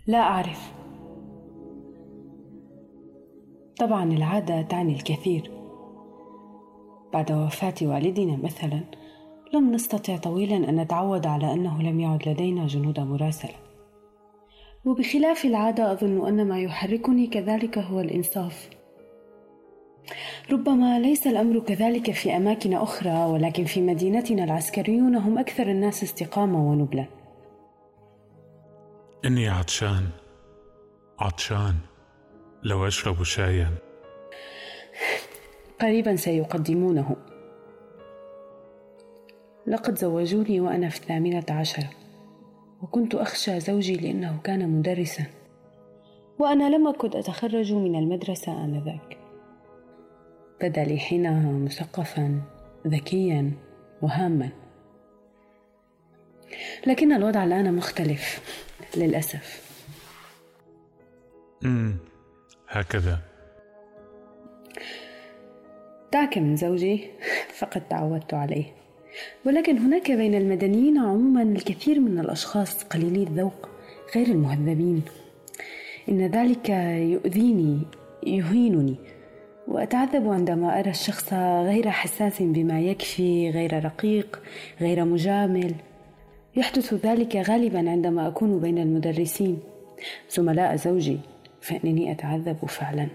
لا أعرف. طبعا العادة تعني الكثير. بعد وفاة والدنا مثلا لم نستطع طويلا أن نتعود على أنه لم يعد لدينا جنود مراسلة. وبخلاف العادة أظن أن ما يحركني كذلك هو الإنصاف. ربما ليس الأمر كذلك في أماكن أخرى، ولكن في مدينتنا العسكريون هم أكثر الناس استقامة ونبلا. إني عطشان لو أشرب شايا. قريبا سيقدمونه. لقد زوجوني وأنا في 18، وكنت أخشى زوجي لأنه كان مدرسا، وأنا لم أكن أتخرج من المدرسة آنذاك. بدا لي حينها مثقفا ذكيا وهاما، لكن الوضع الآن مختلف للأسف. هكذا. دعك من زوجي فقد تعودت عليه، ولكن هناك بين المدنيين عموما الكثير من الأشخاص قليلي الذوق غير المهذبين. إن ذلك يؤذيني يهينني، وأتعذب عندما أرى الشخص غير حساس بما يكفي، غير رقيق، غير مجامل. يحدث ذلك غالبا عندما أكون بين المدرسين زملاء زوجي، فإنني أتعذب فعلا.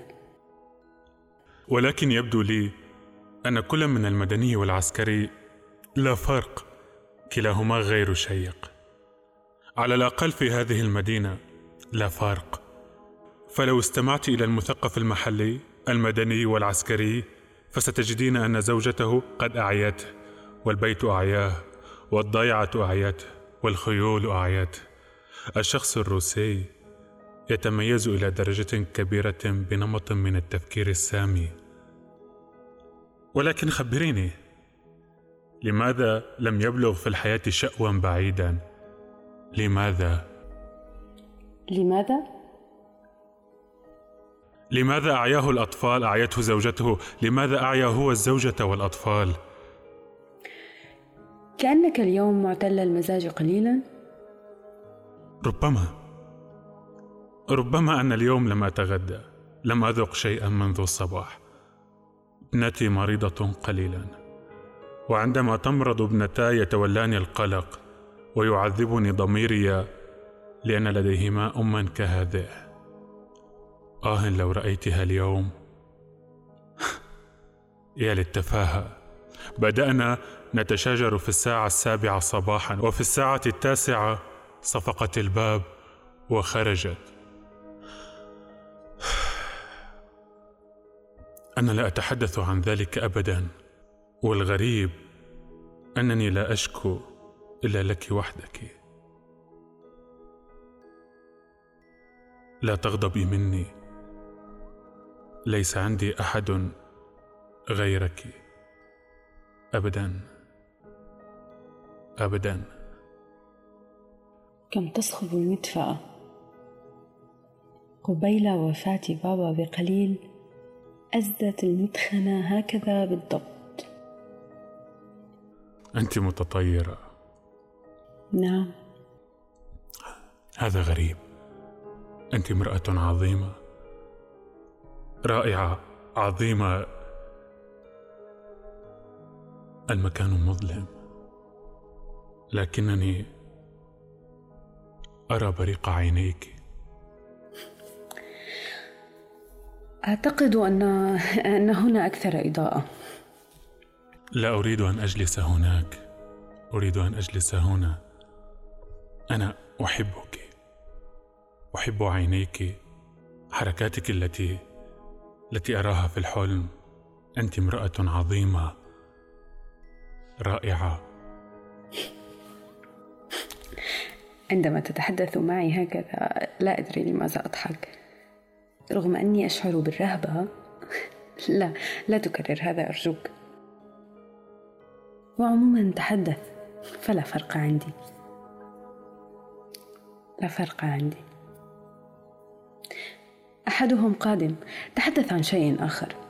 ولكن يبدو لي أن كل من المدني والعسكري لا فرق، كلاهما غير شيق. على الأقل في هذه المدينة لا فرق. فلو استمعت إلى المثقف المحلي المدني والعسكري فستجدين أن زوجته قد أعيته، والبيت أعياه، والضيعة أعيته، والخيول أعيته. الشخص الروسي يتميز إلى درجة كبيرة بنمط من التفكير السامي. ولكن خبريني، لماذا لم يبلغ في الحياة شأوا بعيدا؟ لماذا؟ لماذا أعياه الأطفال، أعيته زوجته؟ لماذا أعيا هو الزوجة والأطفال؟ كأنك اليوم معتل المزاج قليلا. ربما أن اليوم لم أتغدى، لم أذق شيئا منذ الصباح. ابنتي مريضة قليلا، وعندما تمرض ابنتاي يتولاني القلق ويعذبني ضميري لأن لديهما أما كهذه. لو رأيتها اليوم. يا للتفاهة. بدأنا نتشاجر في 7:00 صباحا، وفي 9:00 صفقت الباب وخرجت. أنا لا أتحدث عن ذلك أبدا، والغريب أنني لا أشكو إلا لك وحدك. لا تغضبي مني، ليس عندي أحد غيرك أبدا أبدا. كم تصخب المدفأة. قبيل وفاة بابا بقليل أزدت المدخنة هكذا بالضبط. أنت متطيرة. نعم. هذا غريب. أنت امرأة عظيمة، رائعة، عظيمة. المكان مظلم، لكنني أرى بريق عينيك. أعتقد أن هنا أكثر إضاءة. لا أريد أن أجلس هناك، أريد أن أجلس هنا. أنا أحبك، أحب عينيك، حركاتك التي أراها في الحلم. أنت امرأة عظيمة، رائعة. عندما تتحدث معي هكذا لا أدري لماذا أضحك، رغم أني أشعر بالرهبة. لا تكرر هذا أرجوك. وعموما تحدث، فلا فرق عندي، لا فرق عندي. أحدهم قادم، تحدث عن شيء آخر.